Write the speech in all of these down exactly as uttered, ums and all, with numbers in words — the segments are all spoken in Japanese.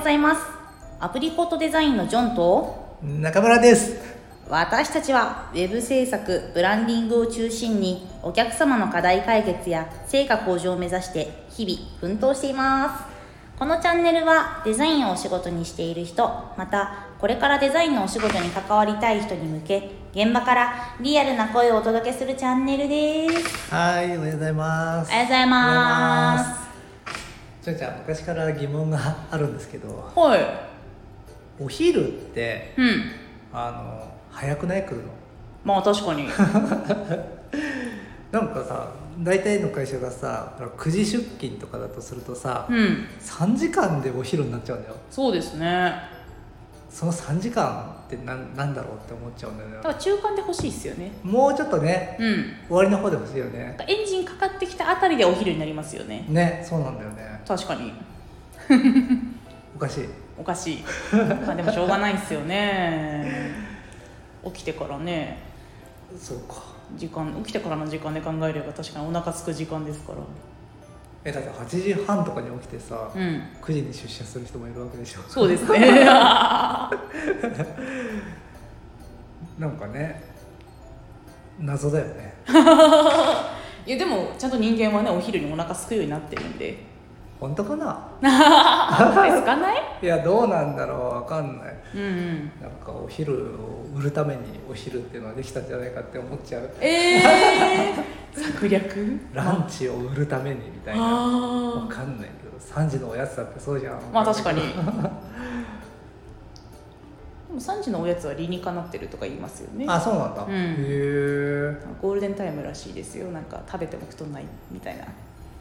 ざいます。アプリコットデザインのジョンと中村です。 私たちはウェブ制作、ブランディングを中心にお客様の課題解決や成果向上を目指して日々奮闘しています。このチャンネルはデザインをお仕事にしている人、またこれからデザインのお仕事に関わりたい人に向け、現場からリアルな声をお届けするチャンネルです。 はい、おはようございます。 おはようございます。 ちょんちゃん、昔から疑問があるんですけど、 はい。 お昼ってうんあの早くない来るの？ まあ確かになんかさ、大体の会社がさくじ出勤とかだとするとさ、 うんさんじかんでお昼になっちゃうんだよ。 そうですね。 そのさんじかんって何なんだろうって思っちゃうんだよね。 だから中間で欲しいですよね。 もうちょっとね、 うん終わりの方で欲しいよね。 エンジンかかってきたあたりでお昼になりますよね。 ね、そうなんだよね。 確かにおかしい。 おかしいまあでもしょうがないっすよね。起きてからね、 そうか。 時間起きてからの時間で考えれば確かにお腹空く時間ですから。 え、だってはちじはんとかに起きてさ、 うん、 くじに出社する人もいるわけでしょ。 そうですねなんかね、謎だよね。 いやでもちゃんと人間はね、お昼にお腹空くようになってるんで。 本当かな？ 空かない？ いや、どうなんだろう、わかんない。 うんうん。 なんかお昼を売るためにお昼っていうのはできたんじゃないかって思っちゃう。 えー、策略？ ランチを売るためにみたいな。 あわかんないけど、さんじのおやつだってそうじゃん。 まあ確かにでもさんじのおやつは理にかなってるとか言いますよね。 あ、そうなんだ。 うん、 へえ。 ゴールデンタイムらしいですよ。なんか食べても太んないみたいな。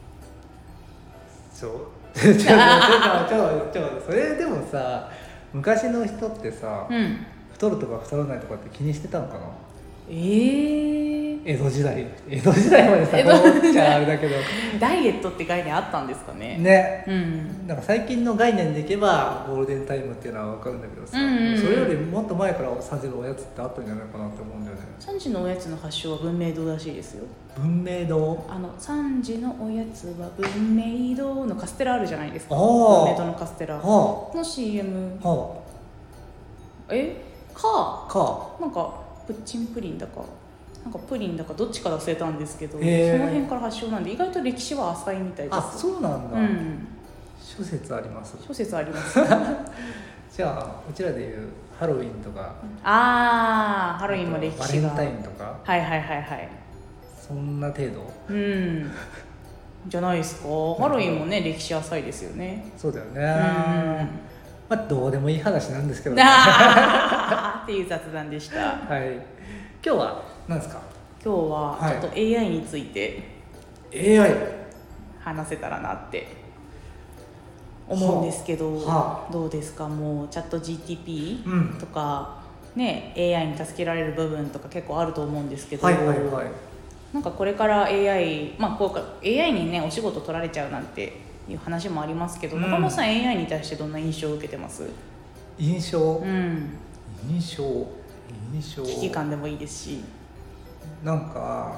そうちょっとちょっとちょっとちょっとそれでもさ、昔の人ってさ、 うん、 太るとか太らないとかって気にしてたのかな？ えー、 江戸時代江戸時代までさ思っちゃうあれだけどダイエットって概念あったんですかね。 ね、 うん、 なんか最近の概念でいけばゴールデンタイムっていうのは分かるんだけどさ、 うんうんうん、 それよりもっと前からさんじのおやつってあったんじゃないかなって思うんだよね。 さんじのおやつの発祥は文明堂らしいですよ。 文明堂？ あのさんじのおやつは文明堂のカステラあるじゃないですか。 あ文明堂のカステラ、 はの シーエム。 あはえかあかなんかプッチンプリンだかなんかプリンだかどっちか忘れたんですけど、そへーの辺から発祥なんで意外と歴史は浅いみたいです。 あ、そうなんだ、 うん、 諸説あります。 諸説ありますじゃあうちらでいうハロウィンとか、 あーハロウィンも歴史がバレンタインとか、 はいはいはいはい、 そんな程度。 うんじゃないですか。ハロウィンもね歴史浅いですよね。 そうだよね。 うんまあどうでもいい話なんですけどねっていう雑談でした。 はい、今日は何ですか？ 今日はちょっと エーアイ についてエーアイ話せたらなって思うんですけど、 はあはあ、 どうですか？もうチャット ジーティーピうんー とか、ね、エーアイ に助けられる部分とか結構あると思うんですけど、 はいはいはい、 なんかこれから エーアイ、まあ、こうか エーアイ にねお仕事取られちゃうなんていう話もありますけど、 うん、 中村さん エーアイ に対してどんな印象を受けてます？ 印象、 うん、 印象印象危機感でもいいですし、 なんか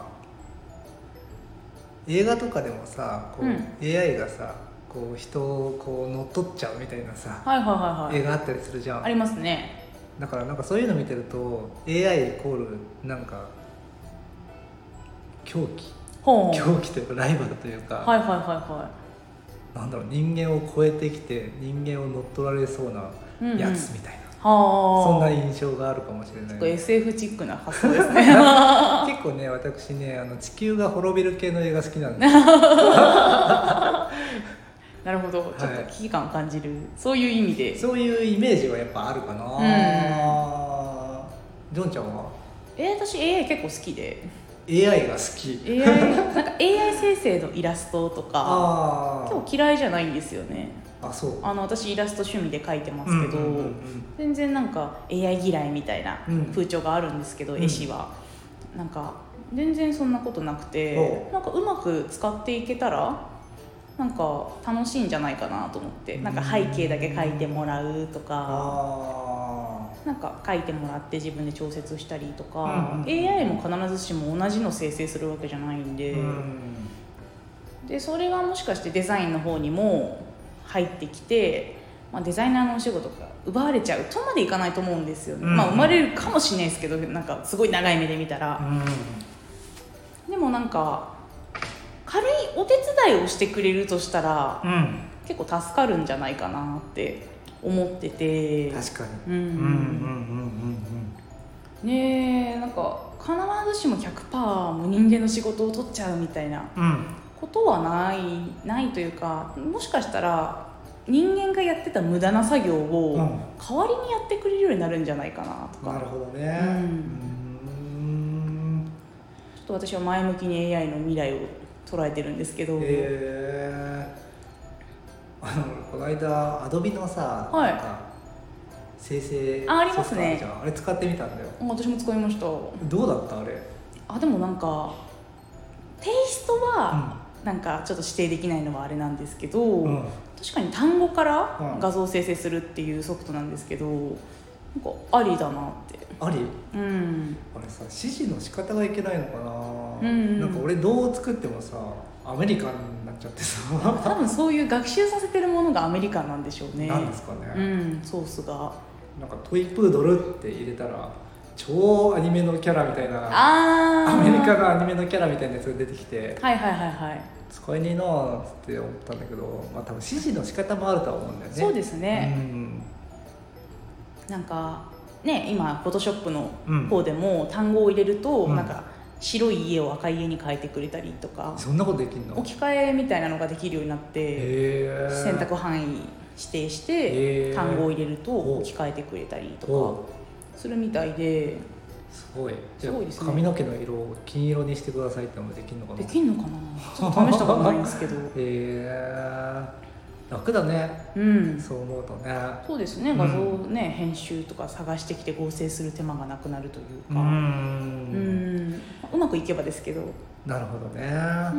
映画とかでもさこう、うん、エーアイ がさこう人をこう乗っ取っちゃうみたいなさ、 はいはいはいはい、 映画あったりするじゃん。 ありますね。 だからなんかそういうの見てると エーアイ イコールなんか狂気ほう狂気というかライバルというか、 はいはいはいはなんだろう、人間を超えてきて人間を乗っ取られそうなやつみたいな、 うんうん、 そんな印象があるかもしれない。 結構 エスエフ チックな発想ですね結構ね、私ね、あの地球が滅びる系の映画好きなんでなるほど、ちょっと危機感を感じる、はい、そういう意味でそういうイメージはやっぱあるかな。うん、ジョンちゃんは？ えー、私 エーアイ 結構好きでエーアイ が好き。 エーアイ なんか エーアイ 生成のイラストとか結構嫌いじゃないんですよね。 あ、そう。 あの私イラスト趣味で描いてますけど、うんうんうんうん、全然なんか エーアイ 嫌いみたいな風潮があるんですけど、うん、絵師はなんか全然そんなことなくて、なんかうまく使っていけたらなんか楽しいんじゃないかなと思って、なんか背景だけ描いてもらうとか、なんか描いてもらって自分で調節したりとか、うんうん、エーアイ も必ずしも同じの生成するわけじゃないんで、うん、でそれがもしかしてデザインの方にも入ってきて、 まあ、デザイナーのお仕事が奪われちゃうとまでいかないと思うんですよね、 うん、 まあ生まれるかもしれないですけど、なんかすごい長い目で見たら、うん、でもなんか軽いお手伝いをしてくれるとしたら、うん、結構助かるんじゃないかなって思ってて。 確かに。 うんうんうんうんうん。ねえ、なんか必ずしも ひゃくパーセント も人間の仕事を取っちゃうみたいなことはないないというか、もしかしたら人間がやってた無駄な作業を代わりにやってくれるようになるんじゃないかなとか。 なるほどね。うん、 うんちょっと私は前向きに エーアイ の未来を捉えてるんですけど。 えー、あのこの間アドビのさ、はい、なんか生成あ、ありますね。 あれ使ってみたんだよ。 私も使いました。 どうだったあれ。 あ、でもなんかテイストはなんかちょっと指定できないのはあれなんですけど、うん、確かに単語から画像を生成するっていうソフトなんですけど、なんかありだなって。 あり？ うん。 あれさ、指示の仕方がいけないのかな、うんうん、なんか俺どう作ってもさアメリカンになっちゃってさ多分そういう学習させてるものがアメリカンなんでしょうね。 なんですかね。 うん、ソースがなんかトイプードルって入れたら超アニメのキャラみたいな、 あアメリカのアニメのキャラみたいなやつが出てきて、 はいはいはいはい、 使えねえなーって思ったんだけど、まあ多分指示の仕方もあるとは思うんだよね。 そうですね、うん、なんかね、今フォトショップの方でも単語を入れると、うん、なんか白い家を赤い家に変えてくれたりとか、 そんなことできるの？ 置き換えみたいなのができるようになって、選択範囲指定して単語を入れると置き換えてくれたりとかするみたいで、 すごい。じゃあすごいですね。髪の毛の色を金色にしてくださいってのもできるのかな？ できるのかな、ちょっと試したことないんですけどへえー楽だね、 うん、 そう思うとね。 そうですね、画像ね、うん、編集とか探してきて合成する手間がなくなるというか、うん、うんうまくいけばですけど。 なるほどね、 うん、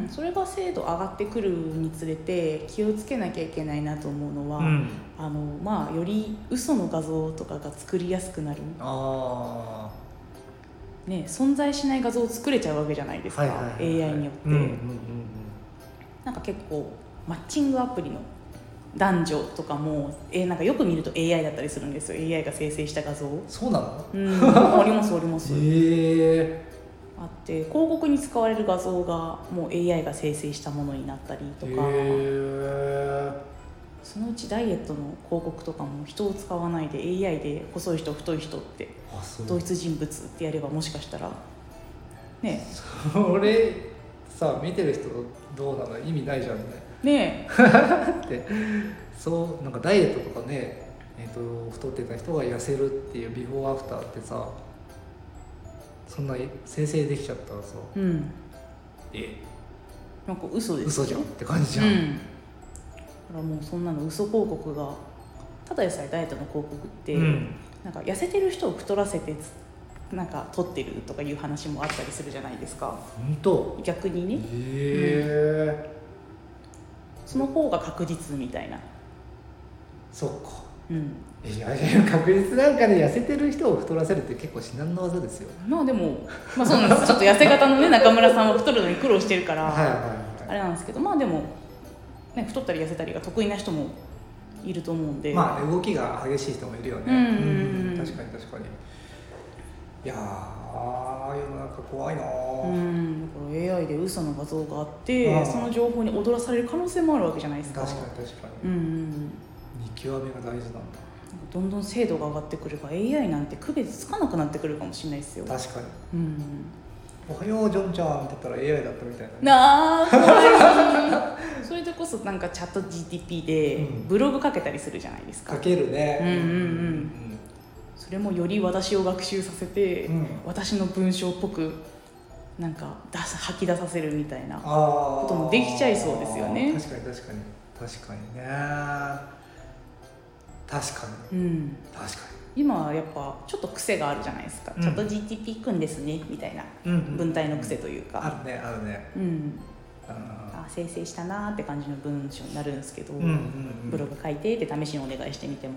それが精度上がってくるにつれて気をつけなきゃいけないなと思うのは、うん、あのまあ、より嘘の画像とかが作りやすくなる。あ、ね、存在しない画像を作れちゃうわけじゃないですか、はいはいはいはい、エーアイ によって、うんうんうんうん、なんか結構マッチングアプリの男女とかも、えー、なんかよく見ると エーアイ だったりするんですよ。 エーアイ が生成した画像。 そうなの？ うん、ありますあります、 へー、 あって広告に使われる画像がもう エーアイ が生成したものになったりとか、へ、そのうちダイエットの広告とかも人を使わないで エーアイ で細い人太い人って同一人物ってやればもしかしたらね、 それさ見てる人どうなの？意味ないじゃんね。 ねえってそう、なんかダイエットとかね、えーと、太ってた人が痩せるっていうビフォーアフターってさ、そんな生成できちゃったらさ、うん、えなんか嘘です、ね、 嘘じゃんって感じじゃん、うん、だからもうそんなの嘘広告がただでさえダイエットの広告って、うん、なんか痩せてる人を太らせてなんか撮ってるとかいう話もあったりするじゃないですか。 本当？ 逆にね、へえ、 うん、その方が確実みたいな。 そっか、 うん、 いやいや確実なんかね、痩せ至る人を太らせるって結構至難の技ですよ。 まあでも、まあ、そうなんですちょっと痩せ型のね中村さんは太るのに苦労してるからはいはい、はい、あれなんですけど、まあでも、ね、太ったり痩せたりが得意な人もいると思うんで、 まあ、ね、動きが激しい人もいるよね。うんうんうん、確かに確かに。いやー、世の中怖いなー。うん、 だから エーアイ で嘘の画像があってその情報に踊らされる可能性もあるわけじゃないですか。 確かに確かに、うんうん、見極めが大事なんだ。 どんどん精度が上がってくれば エーアイ なんて区別つかなくなってくるかもしれないですよ。 確かに、 うん、 おはようジョンちゃんって言ったら エーアイ だったみたいな、ね、 なあ怖いそれでこそなんかチャット ジーティーピー でブログ書けたりするじゃないですか。 書けるね、 うんうんうん、うん、それもより私を学習させて、うん、私の文章っぽくなんか出す吐き出させるみたいなこともできちゃいそうですよね。 確かに確かに確かにね、確かに、うん、確かに今はやっぱちょっと癖があるじゃないですか、うん、チャット ジーティーピー くんですねみたいな文体の癖というか、 うんうん、あるねあるね、 うん、あ生成したなって感じの文章になるんですけど、うんうんうん、ブログ書いてって試しにお願いしてみても、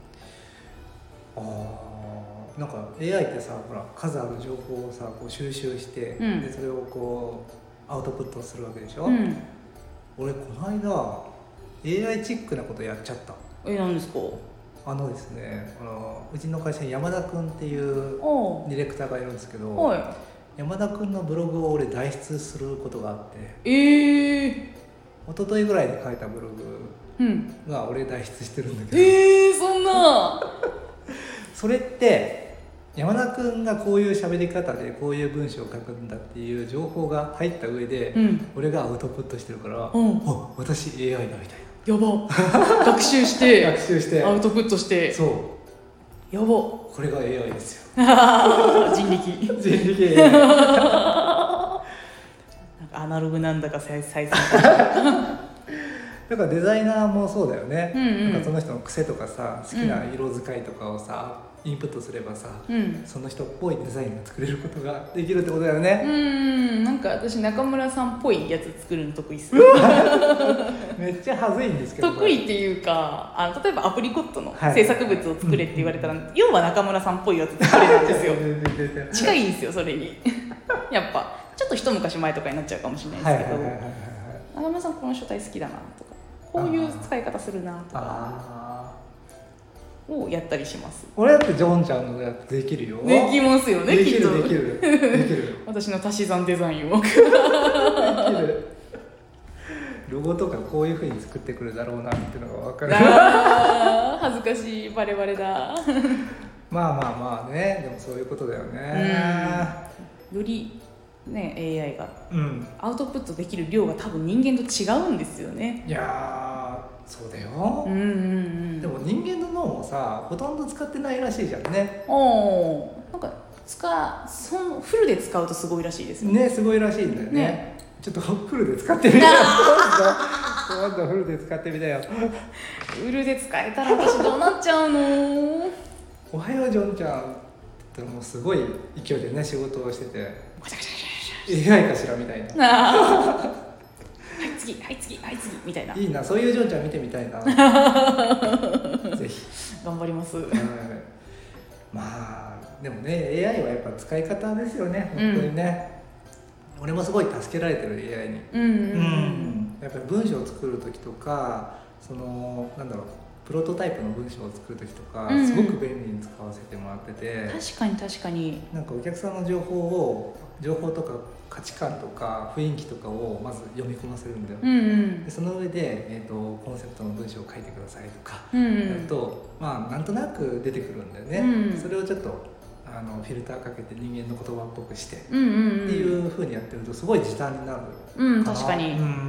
あなんか エーアイ ってさほら数ある情報をさこう収集して、うん、でそれをこうアウトプットするわけでしょ、うん、俺この間 エーアイ チックなことやっちゃった。 え、何ですか？ あのですね、あのうちの会社に山田くんっていうディレクターがいるんですけど、はい、山田くんのブログを俺代筆することがあって、えー、一昨日ぐらいに書いたブログが俺代筆してるんだけど、 えー、そんなそれって山田くんがこういう喋り方でこういう文章を書くんだっていう情報が入った上で、うん、俺がアウトプットしてるから、うん、あ、私 エーアイ だみたいな、 やば学習して学習してアウトプットして、 そうやば、 これが エーアイ ですよ人力人力 エーアイなんかアナログなんだか再生だからデザイナーもそうだよね、うんうん、なんかその人の癖とかさ、好きな色使いとかをさ、インプットすればさ、うん、その人っぽいデザインが作れることができるってことだよね。 うん、なんか私中村さんっぽいやつ作るの得意っすめっちゃ恥ずいんですけど、 得意っていうか、あの例えばアプリコットの制作物を作れって言われたら、はい、要は中村さんっぽいやつ作れるんですよ近いんですよ、それにやっぱちょっと一昔前とかになっちゃうかもしれないですけど、中村さんこの書体好きだなとか、こういう使い方するなとかをやったりします。 俺だってジョンちゃんのやつできるよ。 できますよね、 きっと。できるできるできる私の足し算デザインをできる。ロゴとかこういう風に作ってくるだろうなっていうのが分かる。 あ恥ずかしい、バレバレだまあまあまあね、でもそういうことだよね。 よりね エーアイ がアウトプットできる量が多分人間と違うんですよね。 いやそうだよ、うんうんうん、でも人間の脳もさほとんど使ってないらしいじゃんね。 おなんか使そのフルで使うとすごいらしいですよね。 ね、すごいらしいんだよね。ね、ちょっとフルで使ってみたよ今度フルで使ってみたよフルで使えたら私どうなっちゃうのおはようジョンちゃんってもうすごい勢いでね仕事をしてて、エーアイ かしらみたいなはい次はい次はい次みたいな。 いいな、そういうジョンちゃん見てみたいなぜひ頑張ります、はい、 まあでもね エーアイ はやっぱ使い方ですよね、本当にね、うん、俺もすごい助けられてる エーアイ に、うんうんうんうん、やっぱり文章を作る時とか、そのなんだろうプロトタイプの文章を作る時とか、うんうん、すごく便利に使わせてもらってて、 確かに確かになんかお客さんの情報を情報とか価値観とか雰囲気とかをまず読み込ませるんだよ、うんうん、でその上で、えーと、コンセプトの文章を書いてくださいとか、うんうん、やるとまあなんとなく出てくるんだよね、うんうん、それをちょっとあのフィルターかけて人間の言葉っぽくして、うんうんうん、っていう風にやってるとすごい時短になるかな、 うん、確かに、うんうんうん、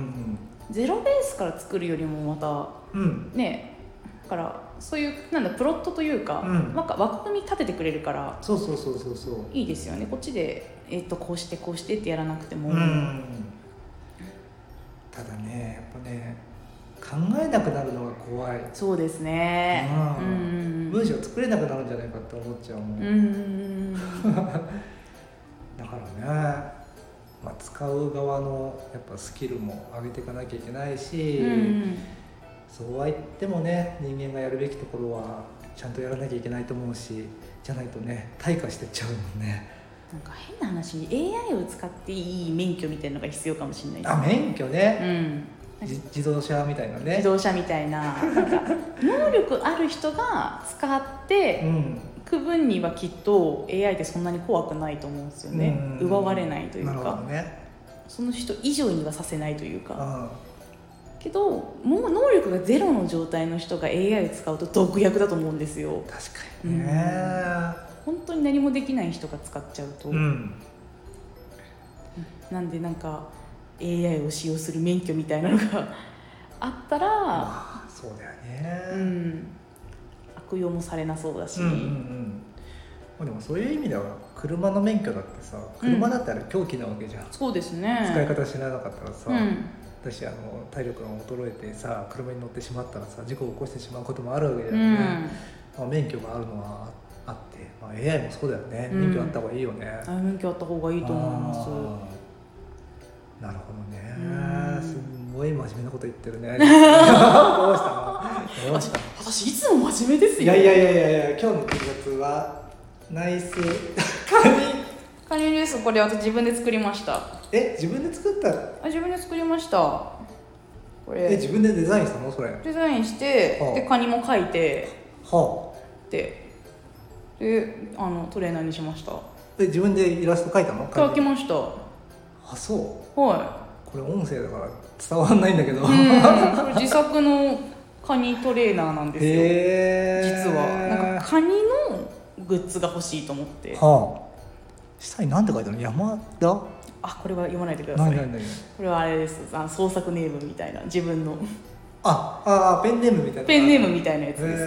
ゼロベースから作るよりもまた、うん、ねだからそういうなんだプロットというか、うん、なんか枠組み立ててくれるからそうそうそうそうそういいですよね。こっちで、えー、とこうしてこうしてってやらなくても、うん、 ただねやっぱね考えなくなるのが怖い。 そうですね、 うんうん、文章作れなくなるんじゃないかって思っちゃうもん、うん、だからね、まあ、使う側のやっぱスキルも上げていかなきゃいけないし、うん、そうは言ってもね人間がやるべきところはちゃんとやらなきゃいけないと思うし、じゃないとね退化してっちゃうもんね。 なんか変な話 エーアイ を使っていい免許みたいなのが必要かもしれないですね。あ、免許ね、うん、自動車みたいなね。 自動車みたいな、なんか能力ある人が使って区分にはきっと エーアイ ってそんなに怖くないと思うんですよね。うん、奪われないというか、なるほどね、その人以上にはさせないというか、けどもう能力がゼロの状態の人が エーアイ を使うと毒薬だと思うんですよ。 確かにね、 うん、本当に何もできない人が使っちゃうと、うん、なんでなんか エーアイ を使用する免許みたいなのがあったら、まあ、そうだよね、 うん、悪用もされなそうだし、うんうんうん、 まあ、でもそういう意味では車の免許だってさ、車だったら凶器なわけじゃん、うん、 そうですね、 使い方知らなかったらさ、うん、私あの体力が衰えてさ車に乗ってしまったらさ事故を起こしてしまうこともあるわけだよね、うん、まあ、免許があるのはあって、まあ、エーアイ もそうだよね、うん、免許あった方がいいよね。 あ、免許あった方がいいと思います。 なるほどね、すごい真面目なこと言ってるねどうしたの？どうした？ 私いつも真面目ですよ。 いやいやいやいやいや、今日の T シャツはナイスカニカニです。これ私自分で作りました。 え、自分で作った？ あ、自分で作りました。 これえ自分でデザインしたのそれ？ デザインして、はあ、でカニも描いて、 はあ、 でであのトレーナーにしました。 え自分でイラスト描いたの？ 描きました。 あそう。 はい。 これ音声だから伝わんないんだけど。うんこれ自作のカニトレーナーなんですよ。 へ実はなんかカニのグッズが欲しいと思って。 はあ。下に何て書いてあるの？山田？ あこれは読まないでください。 何何何？ これはあれです。あの創作ネームみたいな自分の。 ああペンネームみたいな。 ペンネームみたいなやつです。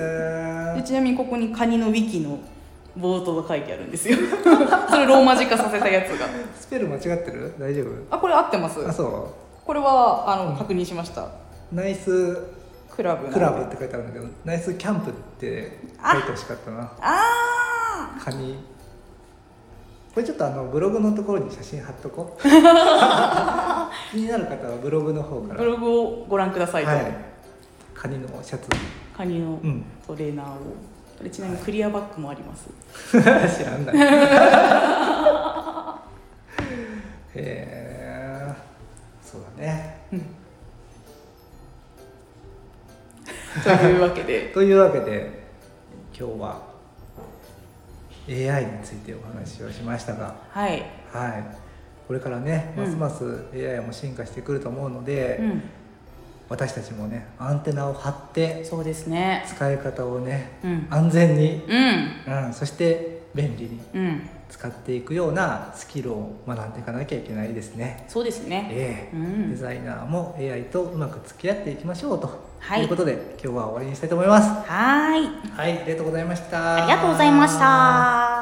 でちなみにここにカニのウィキの冒頭が書いてあるんですよ。それローマ字化させたやつが。 スペル間違ってる？大丈夫？ あこれ合ってます。 あそう。 これはあの、うん、確認しました。 ナイスクラブクラブって書いてあるんだけど、ナイスキャンプって書いてほしかったな。 あカニ。これちょっとあのブログのところに写真貼っとこう。気になる方はブログの方から。 ブログをご覧くださいと。 はい。カニのシャツ。 カニのトレーナーを。うん、ちなみにクリアバッグもあります。 知らんない。へえ。そうだね。うん、 というわけで。 というわけで今日は エーアイ についてお話をしましたが、 はい。 はい。これからね、ますます エーアイ も進化してくると思うので、うん、私たちもねアンテナを張ってそうですね使い方をね、 うん、 安全に、 うんうん、そして便利に、 うん使っていくようなスキルを学んでいかなきゃいけないですね。 そうですね、 えーうん、デザイナーも エーアイ とうまく付き合っていきましょうと、 はい、 いうことで今日は終わりにしたいと思います。 はい、 はい、ありがとうございました。 ありがとうございました。